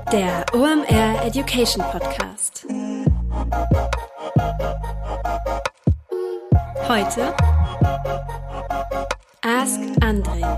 Der OMR Education Podcast. Heute Ask André.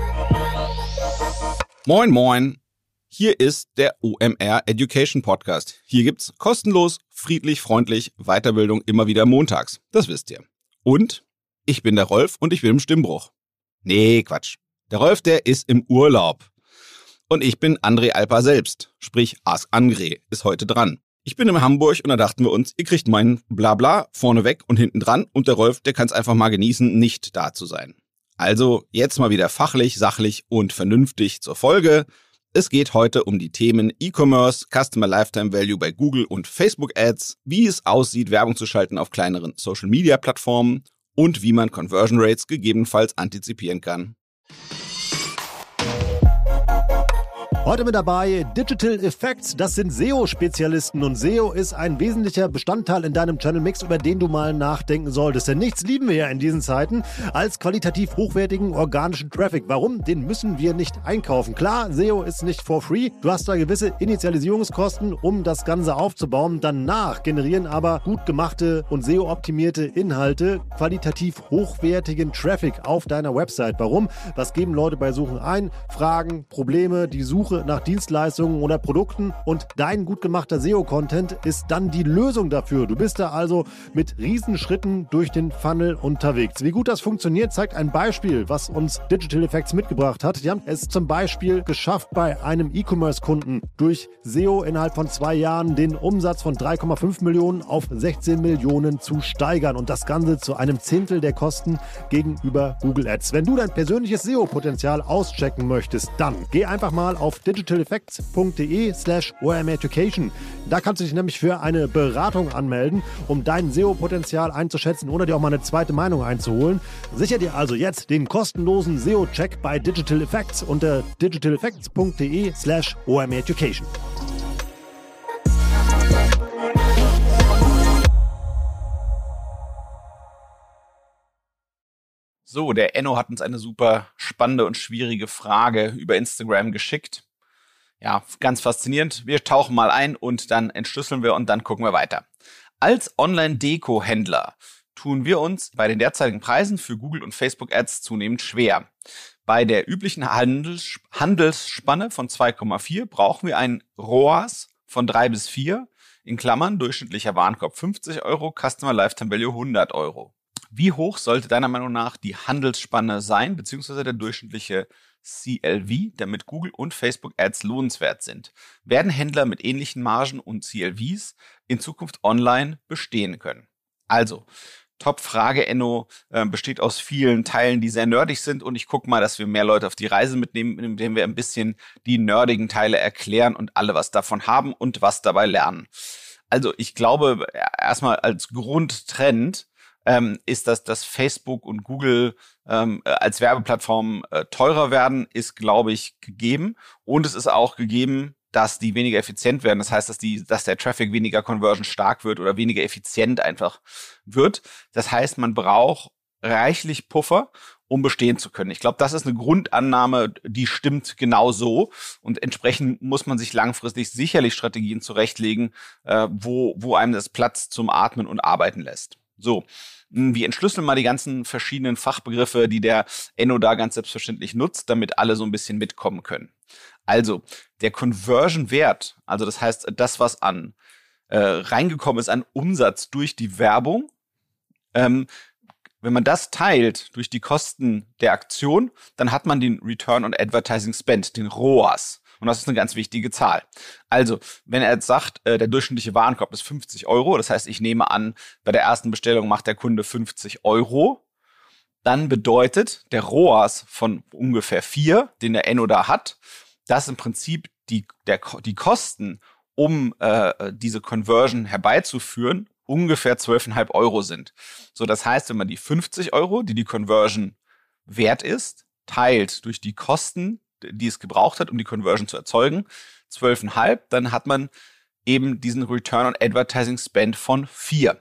Moin moin, hier ist der OMR Education Podcast. Hier gibt's kostenlos, friedlich, freundlich Weiterbildung immer wieder montags. Das wisst ihr. Und ich bin der Rolf und ich bin im Stimmbruch. Nee, Quatsch. Der Rolf, der ist im Urlaub. Und ich bin André Alper selbst, sprich Ask André, ist heute dran. Ich bin in Hamburg und da dachten wir uns, ihr kriegt meinen Blabla vorne weg und hinten dran und der Rolf, der kann es einfach mal genießen, nicht da zu sein. Also jetzt mal wieder fachlich, sachlich und vernünftig zur Folge. Es geht heute um die Themen E-Commerce, Customer Lifetime Value bei Google und Facebook Ads, wie es aussieht, Werbung zu schalten auf kleineren Social Media Plattformen und wie man Conversion Rates gegebenenfalls antizipieren kann. Heute mit dabei Digital Effects, das sind SEO-Spezialisten und SEO ist ein wesentlicher Bestandteil in deinem Channel-Mix, über den du mal nachdenken solltest. Denn nichts lieben wir ja in diesen Zeiten als qualitativ hochwertigen organischen Traffic. Warum? Den müssen wir nicht einkaufen. Klar, SEO ist nicht for free. Du hast da gewisse Initialisierungskosten, um das Ganze aufzubauen. Danach generieren aber gut gemachte und SEO-optimierte Inhalte qualitativ hochwertigen Traffic auf deiner Website. Warum? Was geben Leute bei Suchen ein? Fragen, Probleme, die Suche nach Dienstleistungen oder Produkten und dein gut gemachter SEO-Content ist dann die Lösung dafür. Du bist da also mit Riesenschritten durch den Funnel unterwegs. Wie gut das funktioniert, zeigt ein Beispiel, was uns Digital Effects mitgebracht hat. Die haben es zum Beispiel geschafft, bei einem E-Commerce-Kunden durch SEO innerhalb von 2 Jahren den Umsatz von 3,5 Millionen auf 16 Millionen zu steigern und das Ganze zu einem Zehntel der Kosten gegenüber Google Ads. Wenn du dein persönliches SEO-Potenzial auschecken möchtest, dann geh einfach mal auf digitaleffects.de/OMReducation. Da kannst du dich nämlich für eine Beratung anmelden, um dein SEO-Potenzial einzuschätzen oder dir auch mal eine zweite Meinung einzuholen. Sicher dir also jetzt den kostenlosen SEO-Check bei Digital Effects unter digitaleffects.de/OMReducation. So, der Enno hat uns eine super spannende und schwierige Frage über Instagram geschickt. Ja, ganz faszinierend. Wir tauchen mal ein und dann entschlüsseln wir und dann gucken wir weiter. Als Online-Deko-Händler tun wir uns bei den derzeitigen Preisen für Google und Facebook Ads zunehmend schwer. Bei der üblichen Handelsspanne von 2,4 brauchen wir einen ROAS von 3 bis 4, in Klammern durchschnittlicher Warenkorb 50 Euro, Customer Lifetime Value 100 Euro. Wie hoch sollte deiner Meinung nach die Handelsspanne sein, beziehungsweise der durchschnittliche CLV, damit Google und Facebook Ads lohnenswert sind? Werden Händler mit ähnlichen Margen und CLVs in Zukunft online bestehen können? Also, Top-Frage, Enno, besteht aus vielen Teilen, die sehr nerdig sind und ich gucke mal, dass wir mehr Leute auf die Reise mitnehmen, indem wir ein bisschen die nerdigen Teile erklären und alle was davon haben und was dabei lernen. Also, ich glaube, erstmal als Grundtrend ist, dass Facebook und Google als Werbeplattform teurer werden, ist, glaube ich, gegeben. Und es ist auch gegeben, dass die weniger effizient werden. Das heißt, dass der Traffic weniger conversion stark wird oder weniger effizient einfach wird. Das heißt, man braucht reichlich Puffer, um bestehen zu können. Ich glaube, das ist eine Grundannahme, die stimmt genau so. Und entsprechend muss man sich langfristig sicherlich Strategien zurechtlegen, wo einem das Platz zum Atmen und Arbeiten lässt. So, wir entschlüsseln mal die ganzen verschiedenen Fachbegriffe, die der Enno da ganz selbstverständlich nutzt, damit alle so ein bisschen mitkommen können. Also, der Conversion-Wert, also das heißt, das, was an reingekommen ist an Umsatz durch die Werbung, wenn man das teilt durch die Kosten der Aktion, dann hat man den Return on Advertising Spend, den ROAS. Und das ist eine ganz wichtige Zahl. Also, wenn er jetzt sagt, der durchschnittliche Warenkorb ist 50 Euro, das heißt, ich nehme an, bei der ersten Bestellung macht der Kunde 50 Euro, dann bedeutet der ROAS von ungefähr 4, den der Enno da hat, dass im Prinzip die Kosten, um diese Conversion herbeizuführen, ungefähr 12,5 Euro sind. So, das heißt, wenn man die 50 Euro, die Conversion wert ist, teilt durch die Kosten, die es gebraucht hat, um die Conversion zu erzeugen, 12,5, dann hat man eben diesen Return on Advertising Spend von 4.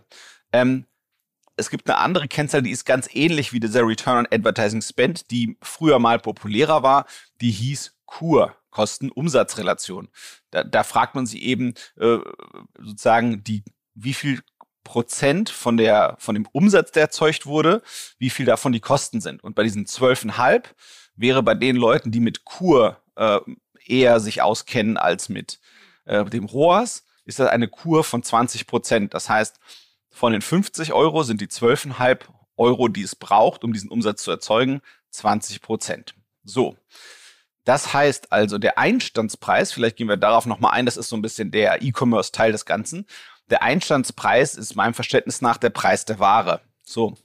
Es gibt eine andere Kennzahl, die ist ganz ähnlich wie dieser Return on Advertising Spend, die früher mal populärer war, die hieß CUR, Kosten-Umsatz-Relation. Da fragt man sich eben sozusagen wie viel Prozent von dem Umsatz, der erzeugt wurde, wie viel davon die Kosten sind. Und bei diesen 12,5 wäre bei den Leuten, die mit Kur eher sich auskennen als mit dem ROAS, ist das eine Kur von 20%. Das heißt, von den 50 Euro sind die 12,5 Euro, die es braucht, um diesen Umsatz zu erzeugen, 20%. So. Das heißt also, der Einstandspreis, vielleicht gehen wir darauf nochmal ein, das ist so ein bisschen der E-Commerce-Teil des Ganzen. Der Einstandspreis ist meinem Verständnis nach der Preis der Ware. So.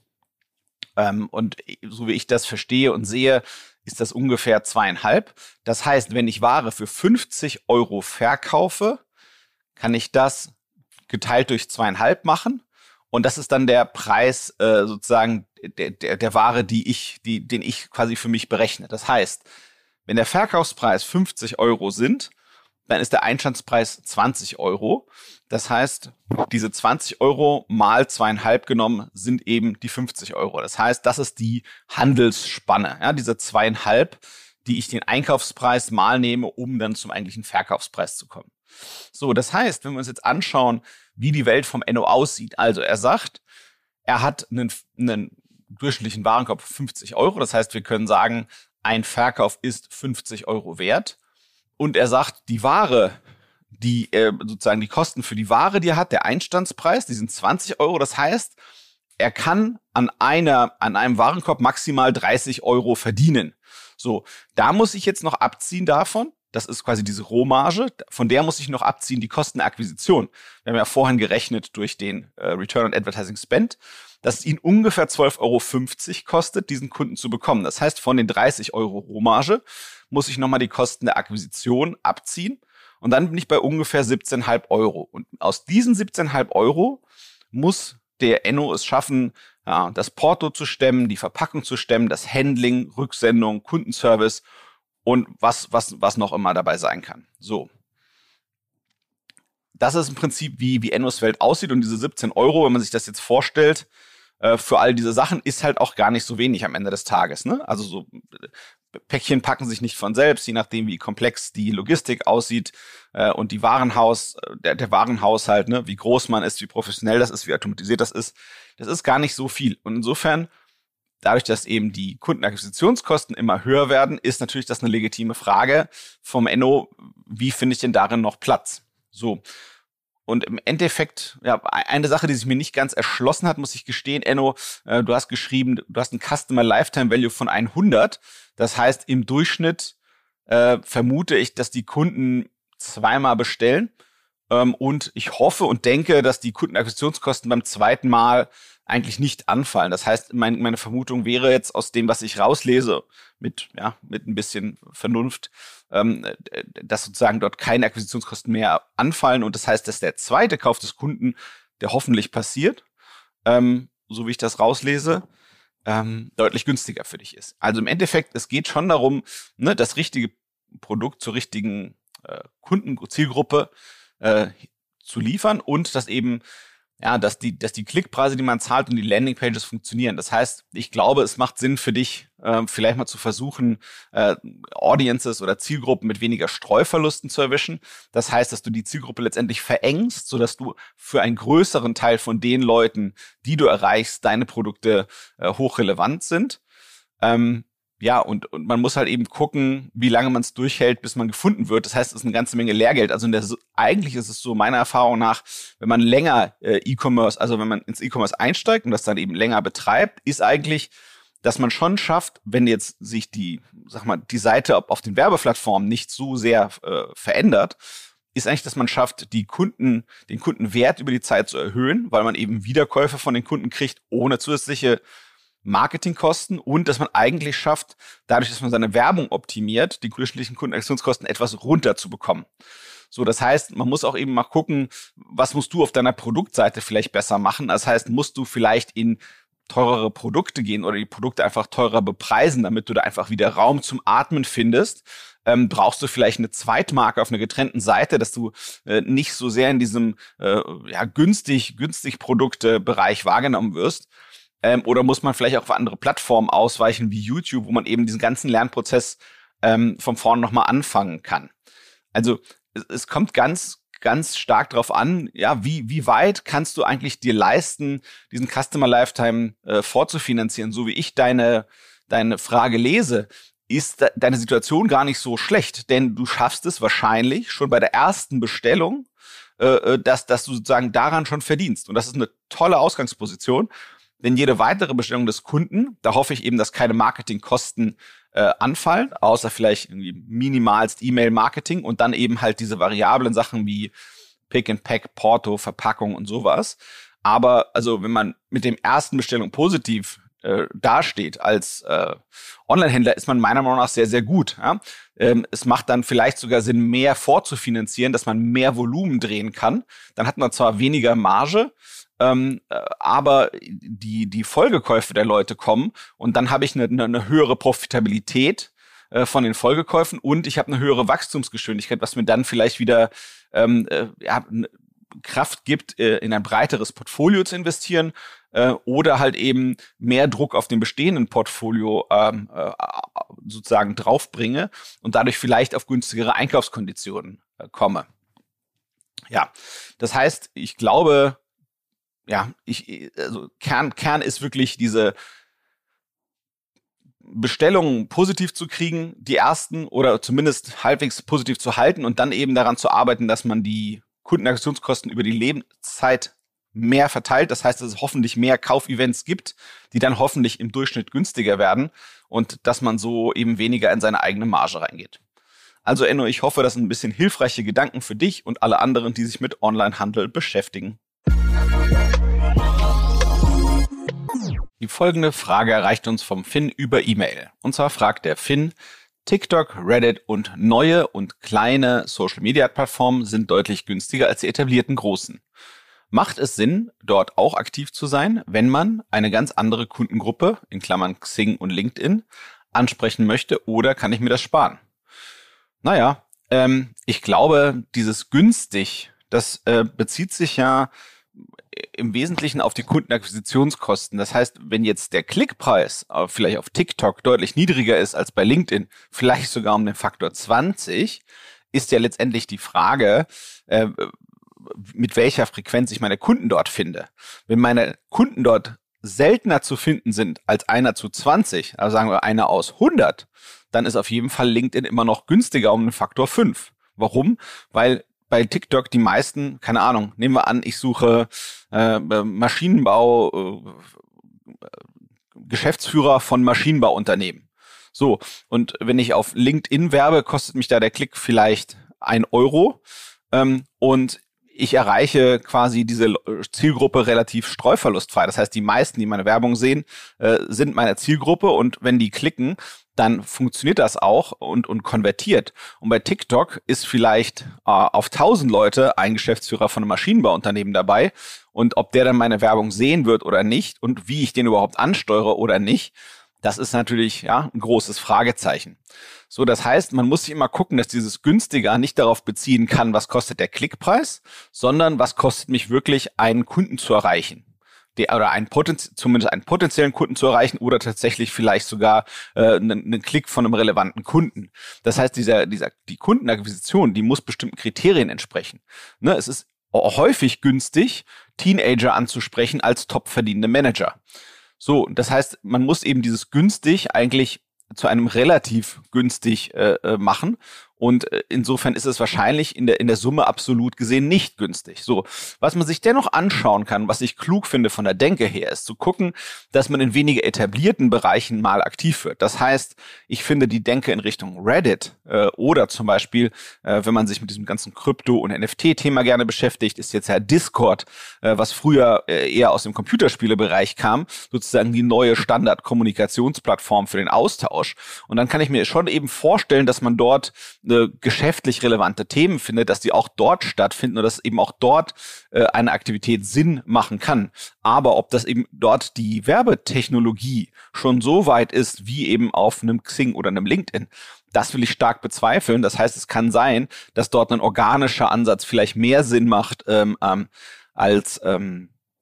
Und so wie ich das verstehe und sehe, ist das ungefähr 2,5. Das heißt, wenn ich Ware für 50 Euro verkaufe, kann ich das geteilt durch 2,5 machen. Und das ist dann der Preis sozusagen der Ware, den ich quasi für mich berechne. Das heißt, wenn der Verkaufspreis 50 Euro sind, dann ist der Einstandspreis 20 Euro. Das heißt, diese 20 Euro mal 2,5 genommen sind eben die 50 Euro. Das heißt, das ist die Handelsspanne, ja, diese 2,5, die ich den Einkaufspreis mal nehme, um dann zum eigentlichen Verkaufspreis zu kommen. So, das heißt, wenn wir uns jetzt anschauen, wie die Welt vom Enno aussieht. Also er sagt, er hat einen durchschnittlichen Warenkorb 50 Euro. Das heißt, wir können sagen, ein Verkauf ist 50 Euro wert. Und er sagt, die Ware, sozusagen die Kosten für die Ware, die er hat, der Einstandspreis, die sind 20 Euro. Das heißt, er kann an einem Warenkorb maximal 30 Euro verdienen. So, da muss ich jetzt noch abziehen davon. Das ist quasi diese Rohmarge. Von der muss ich noch abziehen die Kosten der Akquisition. Wir haben ja vorhin gerechnet durch den Return on Advertising Spend, dass es ihn ungefähr 12,50 Euro kostet, diesen Kunden zu bekommen. Das heißt, von den 30 Euro Rohmarge muss ich nochmal die Kosten der Akquisition abziehen. Und dann bin ich bei ungefähr 17,5 Euro. Und aus diesen 17,5 Euro muss der Enno es schaffen, ja, das Porto zu stemmen, die Verpackung zu stemmen, das Handling, Rücksendung, Kundenservice und was noch immer dabei sein kann. So. Das ist im Prinzip, wie Ennos Welt aussieht. Und diese 17 Euro, wenn man sich das jetzt vorstellt, für all diese Sachen, ist halt auch gar nicht so wenig am Ende des Tages. Ne? Also so Päckchen packen sich nicht von selbst, je nachdem, wie komplex die Logistik aussieht und die der Warenhaushalt, ne, wie groß man ist, wie professionell das ist, wie automatisiert das ist gar nicht so viel. Und insofern, dadurch, dass eben die Kundenakquisitionskosten immer höher werden, ist natürlich das eine legitime Frage vom Enno, wie finde ich denn darin noch Platz? So. Und im Endeffekt, ja, eine Sache, die sich mir nicht ganz erschlossen hat, muss ich gestehen, Enno, du hast geschrieben, du hast ein Customer Lifetime Value von 100. Das heißt, im Durchschnitt vermute ich, dass die Kunden zweimal bestellen. Und ich hoffe und denke, dass die Kundenakquisitionskosten beim zweiten Mal eigentlich nicht anfallen. Das heißt, meine Vermutung wäre jetzt aus dem, was ich rauslese, mit ein bisschen Vernunft, dass sozusagen dort keine Akquisitionskosten mehr anfallen. Und das heißt, dass der zweite Kauf des Kunden, der hoffentlich passiert, so wie ich das rauslese, deutlich günstiger für dich ist. Also im Endeffekt, es geht schon darum, ne, das richtige Produkt zur richtigen Kundenzielgruppe zu liefern und dass eben, ja, dass die Klickpreise, die man zahlt und die Landingpages funktionieren. Das heißt, ich glaube, es macht Sinn für dich, vielleicht mal zu versuchen, Audiences oder Zielgruppen mit weniger Streuverlusten zu erwischen. Das heißt, dass du die Zielgruppe letztendlich verengst, sodass du für einen größeren Teil von den Leuten, die du erreichst, deine Produkte hochrelevant sind. Ja, und man muss halt eben gucken, wie lange man es durchhält, bis man gefunden wird. Das heißt, es ist eine ganze Menge Lehrgeld. Also eigentlich ist es so meiner Erfahrung nach, wenn man länger E-Commerce, also wenn man ins E-Commerce einsteigt und das dann eben länger betreibt, ist eigentlich, dass man schon schafft, wenn jetzt sich die Seite auf den Werbeplattformen nicht so sehr verändert, ist eigentlich, dass man schafft, den Kundenwert über die Zeit zu erhöhen, weil man eben Wiederkäufe von den Kunden kriegt, ohne zusätzliche Marketingkosten und dass man eigentlich schafft, dadurch, dass man seine Werbung optimiert, die durchschnittlichen Kundenakquisitionskosten etwas runter zu bekommen. So, das heißt, man muss auch eben mal gucken, was musst du auf deiner Produktseite vielleicht besser machen. Das heißt, musst du vielleicht in teurere Produkte gehen oder die Produkte einfach teurer bepreisen, damit du da einfach wieder Raum zum Atmen findest. Brauchst du vielleicht eine Zweitmarke auf einer getrennten Seite, dass du nicht so sehr in diesem günstig Produkte-Bereich wahrgenommen wirst. Oder muss man vielleicht auch auf andere Plattformen ausweichen wie YouTube, wo man eben diesen ganzen Lernprozess von vorne nochmal anfangen kann. Also es kommt ganz stark darauf an, ja, wie weit kannst du eigentlich dir leisten, diesen Customer Lifetime vorzufinanzieren. So wie ich deine Frage lese, ist deine Situation gar nicht so schlecht, denn du schaffst es wahrscheinlich schon bei der ersten Bestellung, dass du sozusagen daran schon verdienst. Und das ist eine tolle Ausgangsposition, denn jede weitere Bestellung des Kunden, da hoffe ich eben, dass keine Marketingkosten anfallen, außer vielleicht irgendwie minimalst E-Mail-Marketing und dann eben halt diese variablen Sachen wie Pick and Pack, Porto, Verpackung und sowas. Aber also wenn man mit dem ersten Bestellung positiv dasteht als Online-Händler, ist man meiner Meinung nach sehr, sehr gut. Ja? Es macht dann vielleicht sogar Sinn, mehr vorzufinanzieren, dass man mehr Volumen drehen kann. Dann hat man zwar weniger Marge, aber die Folgekäufe der Leute kommen und dann habe ich eine höhere Profitabilität von den Folgekäufen und ich habe eine höhere Wachstumsgeschwindigkeit, was mir dann vielleicht wieder Kraft gibt, in ein breiteres Portfolio zu investieren oder halt eben mehr Druck auf dem bestehenden Portfolio sozusagen draufbringe und dadurch vielleicht auf günstigere Einkaufskonditionen komme. Ja, das heißt, ich glaube, Kern ist wirklich diese Bestellungen positiv zu kriegen, die ersten oder zumindest halbwegs positiv zu halten und dann eben daran zu arbeiten, dass man die Kundenakquisitionskosten über die Lebenszeit mehr verteilt. Das heißt, dass es hoffentlich mehr Kaufevents gibt, die dann hoffentlich im Durchschnitt günstiger werden und dass man so eben weniger in seine eigene Marge reingeht. Also Enno, ich hoffe, das sind ein bisschen hilfreiche Gedanken für dich und alle anderen, die sich mit Onlinehandel beschäftigen. Die folgende Frage erreicht uns vom Finn über E-Mail. Und zwar fragt der Finn: TikTok, Reddit und neue und kleine Social-Media-Plattformen sind deutlich günstiger als die etablierten großen. Macht es Sinn, dort auch aktiv zu sein, wenn man eine ganz andere Kundengruppe, in Klammern Xing und LinkedIn, ansprechen möchte, oder kann ich mir das sparen? Naja, ich glaube, dieses günstig, das bezieht sich ja im Wesentlichen auf die Kundenakquisitionskosten. Das heißt, wenn jetzt der Klickpreis vielleicht auf TikTok deutlich niedriger ist als bei LinkedIn, vielleicht sogar um den Faktor 20, ist ja letztendlich die Frage, mit welcher Frequenz ich meine Kunden dort finde. Wenn meine Kunden dort seltener zu finden sind als einer zu 20, also sagen wir einer aus 100, dann ist auf jeden Fall LinkedIn immer noch günstiger um den Faktor 5. Warum? Weil bei TikTok die meisten, keine Ahnung, nehmen wir an, ich suche Maschinenbau, Geschäftsführer von Maschinenbauunternehmen. So, und wenn ich auf LinkedIn werbe, kostet mich da der Klick vielleicht 1 Euro und ich erreiche quasi diese Zielgruppe relativ streuverlustfrei. Das heißt, die meisten, die meine Werbung sehen, sind meine Zielgruppe und wenn die klicken, dann funktioniert das auch und konvertiert. Und bei TikTok ist vielleicht auf 1000 Leute ein Geschäftsführer von einem Maschinenbauunternehmen dabei und ob der dann meine Werbung sehen wird oder nicht und wie ich den überhaupt ansteuere oder nicht, das ist natürlich ein großes Fragezeichen. So, das heißt, man muss sich immer gucken, dass dieses günstiger nicht darauf beziehen kann, was kostet der Klickpreis, sondern was kostet mich wirklich, einen Kunden zu erreichen. Oder zumindest einen potenziellen Kunden zu erreichen oder tatsächlich vielleicht sogar einen Klick von einem relevanten Kunden. Das heißt, die Kundenakquisition, die muss bestimmten Kriterien entsprechen. Ne, es ist häufig günstig, Teenager anzusprechen als top verdienende Manager. So, das heißt, man muss eben dieses günstig eigentlich zu einem relativ günstig machen. Und insofern ist es wahrscheinlich in der Summe absolut gesehen nicht günstig. So, was man sich dennoch anschauen kann, was ich klug finde von der Denke her, ist zu gucken, dass man in weniger etablierten Bereichen mal aktiv wird. Das heißt, ich finde die Denke in Richtung Reddit oder zum Beispiel, wenn man sich mit diesem ganzen Krypto- und NFT-Thema gerne beschäftigt, ist jetzt ja Discord, was früher eher aus dem Computerspielebereich kam, sozusagen die neue Standard-Kommunikationsplattform für den Austausch. Und dann kann ich mir schon eben vorstellen, dass man dort geschäftlich relevante Themen findet, dass die auch dort stattfinden und dass eben auch dort eine Aktivität Sinn machen kann. Aber ob das eben dort die Werbetechnologie schon so weit ist, wie eben auf einem Xing oder einem LinkedIn, das will ich stark bezweifeln. Das heißt, es kann sein, dass dort ein organischer Ansatz vielleicht mehr Sinn macht als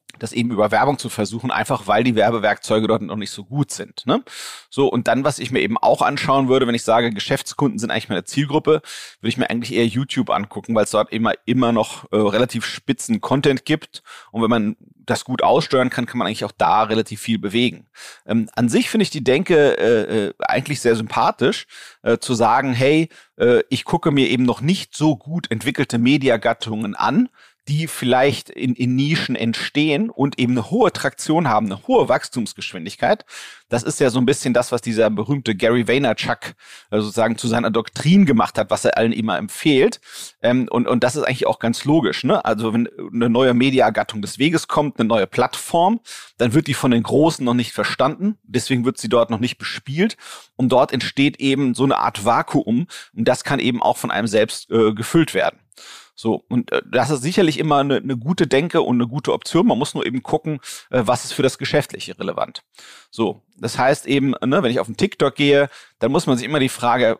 das eben über Werbung zu versuchen, einfach weil die Werbewerkzeuge dort noch nicht so gut sind. Ne? So, und dann, was ich mir eben auch anschauen würde, wenn ich sage, Geschäftskunden sind eigentlich meine Zielgruppe, würde ich mir eigentlich eher YouTube angucken, weil es dort immer noch relativ spitzen Content gibt. Und wenn man das gut aussteuern kann, kann man eigentlich auch da relativ viel bewegen. An sich finde ich die Denke eigentlich sehr sympathisch, zu sagen, hey, ich gucke mir eben noch nicht so gut entwickelte Mediagattungen an, die vielleicht in Nischen entstehen und eben eine hohe Traktion haben, eine hohe Wachstumsgeschwindigkeit. Das ist ja so ein bisschen das, was dieser berühmte Gary Vaynerchuk sozusagen zu seiner Doktrin gemacht hat, was er allen immer empfiehlt. Und das ist eigentlich auch ganz logisch, ne? Also wenn eine neue Mediagattung des Weges kommt, eine neue Plattform, dann wird die von den Großen noch nicht verstanden. Deswegen wird sie dort noch nicht bespielt. Und dort entsteht eben so eine Art Vakuum. Und das kann eben auch von einem selbst gefüllt werden. So, und das ist sicherlich immer eine gute Denke und eine gute Option. Man muss nur eben gucken, was ist für das Geschäftliche relevant. So, das heißt eben, ne, wenn ich auf den TikTok gehe, dann muss man sich immer die Frage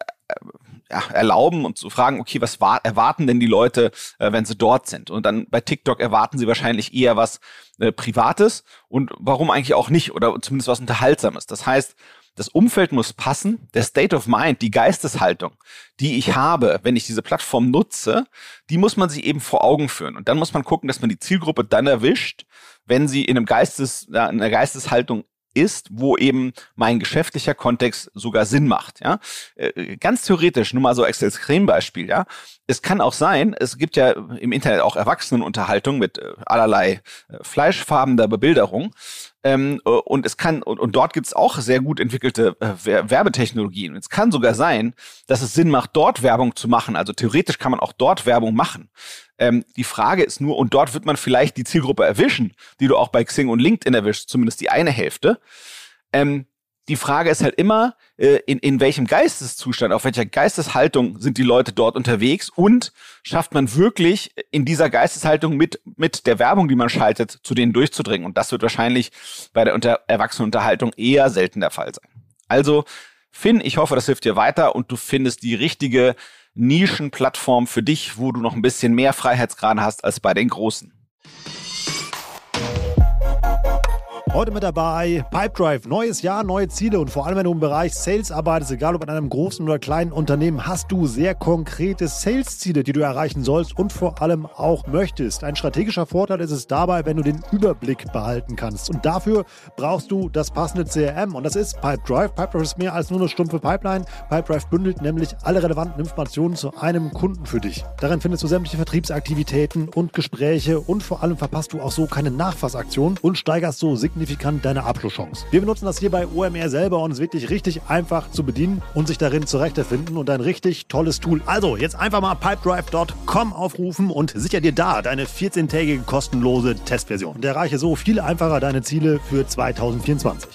erlauben und zu fragen, okay, was erwarten denn die Leute, wenn sie dort sind? Und dann bei TikTok erwarten sie wahrscheinlich eher was Privates und warum eigentlich auch nicht oder zumindest was Unterhaltsames. Das heißt, das Umfeld muss passen, der State of Mind, die Geisteshaltung, die ich habe, wenn ich diese Plattform nutze, die muss man sich eben vor Augen führen. Und dann muss man gucken, dass man die Zielgruppe dann erwischt, wenn sie in einer Geisteshaltung ist, wo eben mein geschäftlicher Kontext sogar Sinn macht. Ja? Ganz theoretisch, nur mal so als Extrembeispiel. Ja? Es kann auch sein, es gibt ja im Internet auch Erwachsenenunterhaltung mit allerlei fleischfarbener Bebilderung. Und dort gibt es auch sehr gut entwickelte Werbetechnologien. Und es kann sogar sein, dass es Sinn macht, dort Werbung zu machen. Also theoretisch kann man auch dort Werbung machen. Die Frage ist nur, und dort wird man vielleicht die Zielgruppe erwischen, die du auch bei Xing und LinkedIn erwischst, zumindest die eine Hälfte. Die Frage ist halt immer, in welchem Geisteszustand, auf welcher Geisteshaltung sind die Leute dort unterwegs und schafft man wirklich in dieser Geisteshaltung mit der Werbung, die man schaltet, zu denen durchzudringen. Und das wird wahrscheinlich bei der Erwachsenenunterhaltung eher selten der Fall sein. Also, Finn, ich hoffe, das hilft dir weiter und du findest die richtige Nischenplattform für dich, wo du noch ein bisschen mehr Freiheitsgrade hast als bei den Großen. Heute mit dabei Pipedrive, neues Jahr, neue Ziele und vor allem, wenn du im Bereich Sales arbeitest, egal ob in einem großen oder kleinen Unternehmen, hast du sehr konkrete Sales-Ziele, die du erreichen sollst und vor allem auch möchtest. Ein strategischer Vorteil ist es dabei, wenn du den Überblick behalten kannst und dafür brauchst du das passende CRM und das ist Pipedrive. Pipedrive ist mehr als nur eine stumpfe Pipeline. Pipedrive bündelt nämlich alle relevanten Informationen zu einem Kunden für dich. Darin findest du sämtliche Vertriebsaktivitäten und Gespräche und vor allem verpasst du auch so keine Nachfassaktion und steigerst so signifikant deine Abschlusschance. Wir benutzen das hier bei OMR selber und es ist wirklich richtig einfach zu bedienen und sich darin zurechtzufinden und ein richtig tolles Tool. Also jetzt einfach mal pipedrive.com aufrufen und sicher dir da deine 14-tägige kostenlose Testversion und erreiche so viel einfacher deine Ziele für 2024.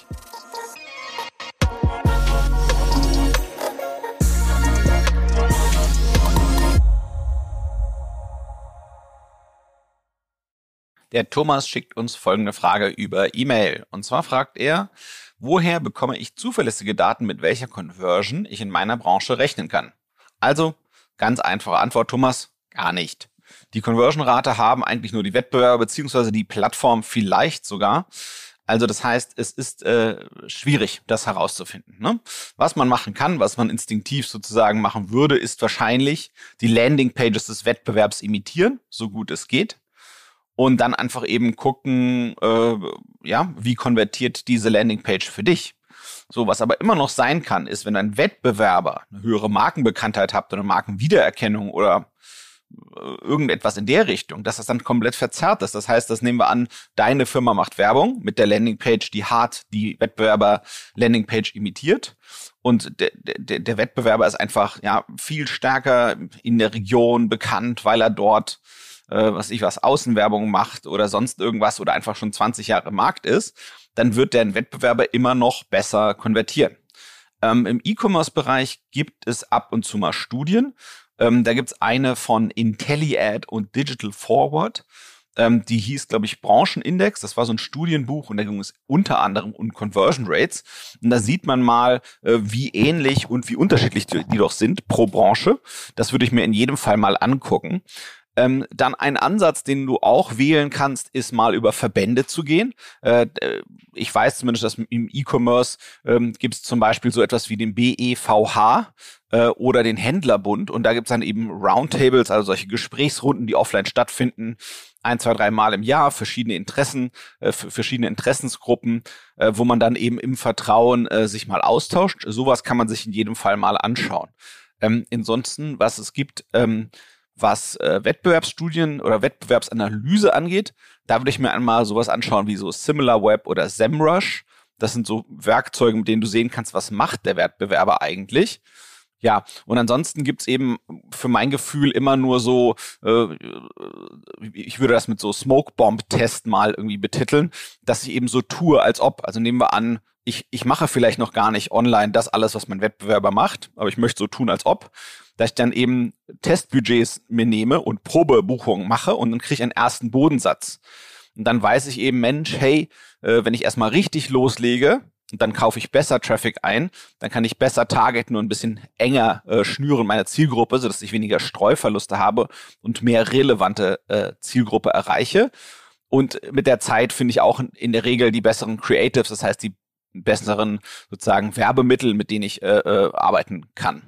Der Thomas schickt uns folgende Frage über E-Mail. Und zwar fragt er, woher bekomme ich zuverlässige Daten, mit welcher Conversion ich in meiner Branche rechnen kann? Also, ganz einfache Antwort, Thomas, gar nicht. Die Conversion-Rate haben eigentlich nur die Wettbewerber bzw. die Plattform vielleicht sogar. Also das heißt, es ist schwierig, das herauszufinden. Ne? Was man machen kann, was man instinktiv sozusagen machen würde, ist wahrscheinlich die Landingpages des Wettbewerbs imitieren, so gut es geht. Und dann einfach eben gucken, wie konvertiert diese Landingpage für dich. So, was aber immer noch sein kann, ist, wenn ein Wettbewerber eine höhere Markenbekanntheit hat oder Markenwiedererkennung oder irgendetwas in der Richtung, dass das dann komplett verzerrt ist. Das heißt, das nehmen wir an, deine Firma macht Werbung mit der Landingpage, die hart die Wettbewerber-Landingpage imitiert. Und der Wettbewerber ist einfach viel stärker in der Region bekannt, weil er dort Außenwerbung macht oder sonst irgendwas oder einfach schon 20 Jahre im Markt ist, dann wird der Wettbewerber immer noch besser konvertieren. Im E-Commerce-Bereich gibt es ab und zu mal Studien. Da gibt es eine von IntelliAd und Digital Forward. Die hieß, glaube ich, Branchenindex. Das war so ein Studienbuch und da ging es unter anderem um Conversion Rates. Und da sieht man mal, wie ähnlich und wie unterschiedlich die doch sind pro Branche. Das würde ich mir in jedem Fall mal angucken. Dann ein Ansatz, den du auch wählen kannst, ist mal über Verbände zu gehen. Ich weiß zumindest, dass im E-Commerce gibt es zum Beispiel so etwas wie den BEVH oder den Händlerbund. Und da gibt es dann eben Roundtables, also solche Gesprächsrunden, die offline stattfinden, 1, 2, 3 Mal im Jahr, verschiedene Interessensgruppen, wo man dann eben im Vertrauen sich mal austauscht. Sowas kann man sich in jedem Fall mal anschauen. Ansonsten, was es gibt, was Wettbewerbsstudien oder Wettbewerbsanalyse angeht, da würde ich mir einmal sowas anschauen wie so SimilarWeb oder SEMrush. Das sind so Werkzeuge, mit denen du sehen kannst, was macht der Wettbewerber eigentlich. Ja, und ansonsten gibt's eben für mein Gefühl immer nur so, ich würde das mit so Smoke-Bomb-Test mal irgendwie betiteln, dass ich eben so tue, als ob, also nehmen wir an, ich mache vielleicht noch gar nicht online das alles, was mein Wettbewerber macht, aber ich möchte so tun, als ob, dass ich dann eben Testbudgets mir nehme und Probebuchungen mache und dann kriege ich einen ersten Bodensatz. Und dann weiß ich eben, Mensch, hey, wenn ich erstmal richtig loslege, dann kaufe ich besser Traffic ein, dann kann ich besser targeten und ein bisschen enger schnüren meine Zielgruppe, sodass ich weniger Streuverluste habe und mehr relevante Zielgruppe erreiche. Und mit der Zeit finde ich auch in der Regel die besseren Creatives, das heißt die besseren sozusagen Werbemittel, mit denen ich arbeiten kann.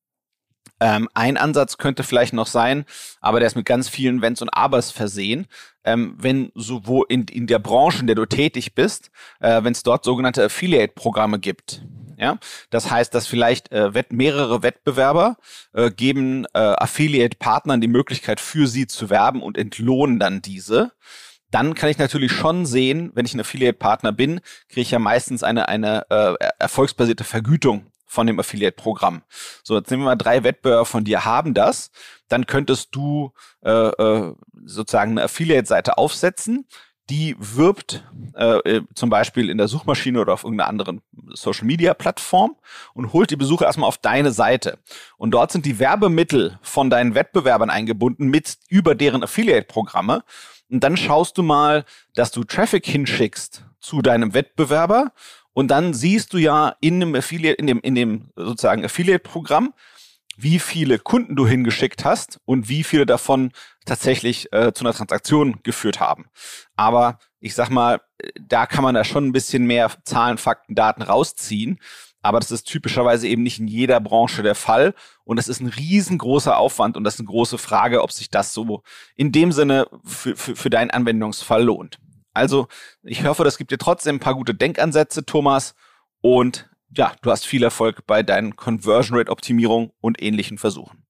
Ein Ansatz könnte vielleicht noch sein, aber der ist mit ganz vielen Wenns und Abers versehen, wenn sowohl in der Branche, in der du tätig bist, wenn es dort sogenannte Affiliate-Programme gibt. Ja, das heißt, dass vielleicht mehrere Wettbewerber geben Affiliate-Partnern die Möglichkeit, für sie zu werben und entlohnen dann diese. Dann kann ich natürlich schon sehen, wenn ich ein Affiliate-Partner bin, kriege ich ja meistens eine erfolgsbasierte Vergütung von dem Affiliate-Programm. So, jetzt nehmen wir mal 3 Wettbewerber von dir haben das. Dann könntest du sozusagen eine Affiliate-Seite aufsetzen, die wirbt zum Beispiel in der Suchmaschine oder auf irgendeiner anderen Social-Media-Plattform und holt die Besucher erstmal auf deine Seite. Und dort sind die Werbemittel von deinen Wettbewerbern eingebunden mit über deren Affiliate-Programme. Und dann schaust du mal, dass du Traffic hinschickst zu deinem Wettbewerber. Und dann siehst du ja in dem sozusagen Affiliate-Programm, wie viele Kunden du hingeschickt hast und wie viele davon tatsächlich zu einer Transaktion geführt haben. Aber ich sag mal, da kann man da schon ein bisschen mehr Zahlen, Fakten, Daten rausziehen. Aber das ist typischerweise eben nicht in jeder Branche der Fall. Und das ist ein riesengroßer Aufwand und das ist eine große Frage, ob sich das so in dem Sinne für deinen Anwendungsfall lohnt. Also, ich hoffe, das gibt dir trotzdem ein paar gute Denkansätze, Thomas. Und ja, du hast viel Erfolg bei deinen Conversion Rate Optimierung und ähnlichen Versuchen.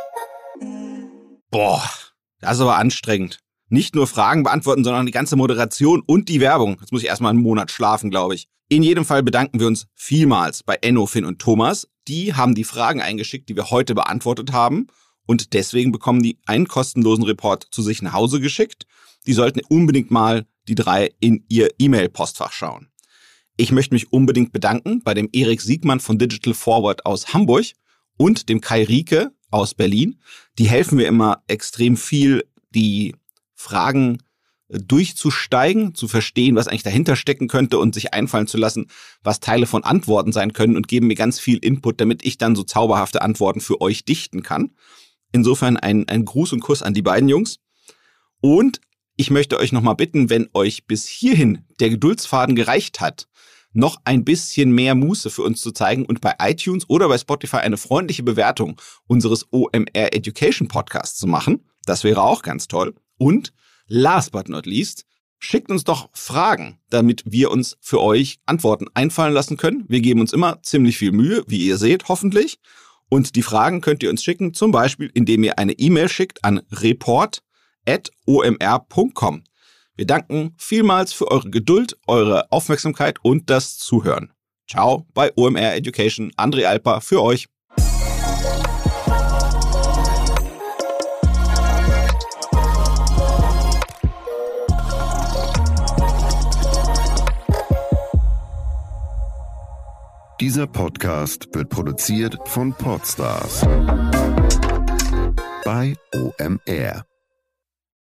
Boah, das ist aber anstrengend. Nicht nur Fragen beantworten, sondern die ganze Moderation und die Werbung. Jetzt muss ich erstmal einen Monat schlafen, glaube ich. In jedem Fall bedanken wir uns vielmals bei Enno, Finn und Thomas. Die haben die Fragen eingeschickt, die wir heute beantwortet haben. Und deswegen bekommen die einen kostenlosen Report zu sich nach Hause geschickt. Die sollten unbedingt mal die 3 in ihr E-Mail-Postfach schauen. Ich möchte mich unbedingt bedanken bei dem Erik Siegmann von Digital Forward aus Hamburg und dem Kai Rieke aus Berlin. Die helfen mir immer extrem viel, die Fragen durchzusteigen, zu verstehen, was eigentlich dahinter stecken könnte und sich einfallen zu lassen, was Teile von Antworten sein können und geben mir ganz viel Input, damit ich dann so zauberhafte Antworten für euch dichten kann. Insofern ein Gruß und Kuss an die beiden Jungs. Und ich möchte euch nochmal bitten, wenn euch bis hierhin der Geduldsfaden gereicht hat, noch ein bisschen mehr Muße für uns zu zeigen und bei iTunes oder bei Spotify eine freundliche Bewertung unseres OMR Education Podcasts zu machen. Das wäre auch ganz toll. Und last but not least, schickt uns doch Fragen, damit wir uns für euch Antworten einfallen lassen können. Wir geben uns immer ziemlich viel Mühe, wie ihr seht, hoffentlich. Und die Fragen könnt ihr uns schicken, zum Beispiel, indem ihr eine E-Mail schickt an report@omr.com. Wir danken vielmals für eure Geduld, eure Aufmerksamkeit und das Zuhören. Ciao bei OMR Education. André Alper für euch. Dieser Podcast wird produziert von Podstars bei OMR.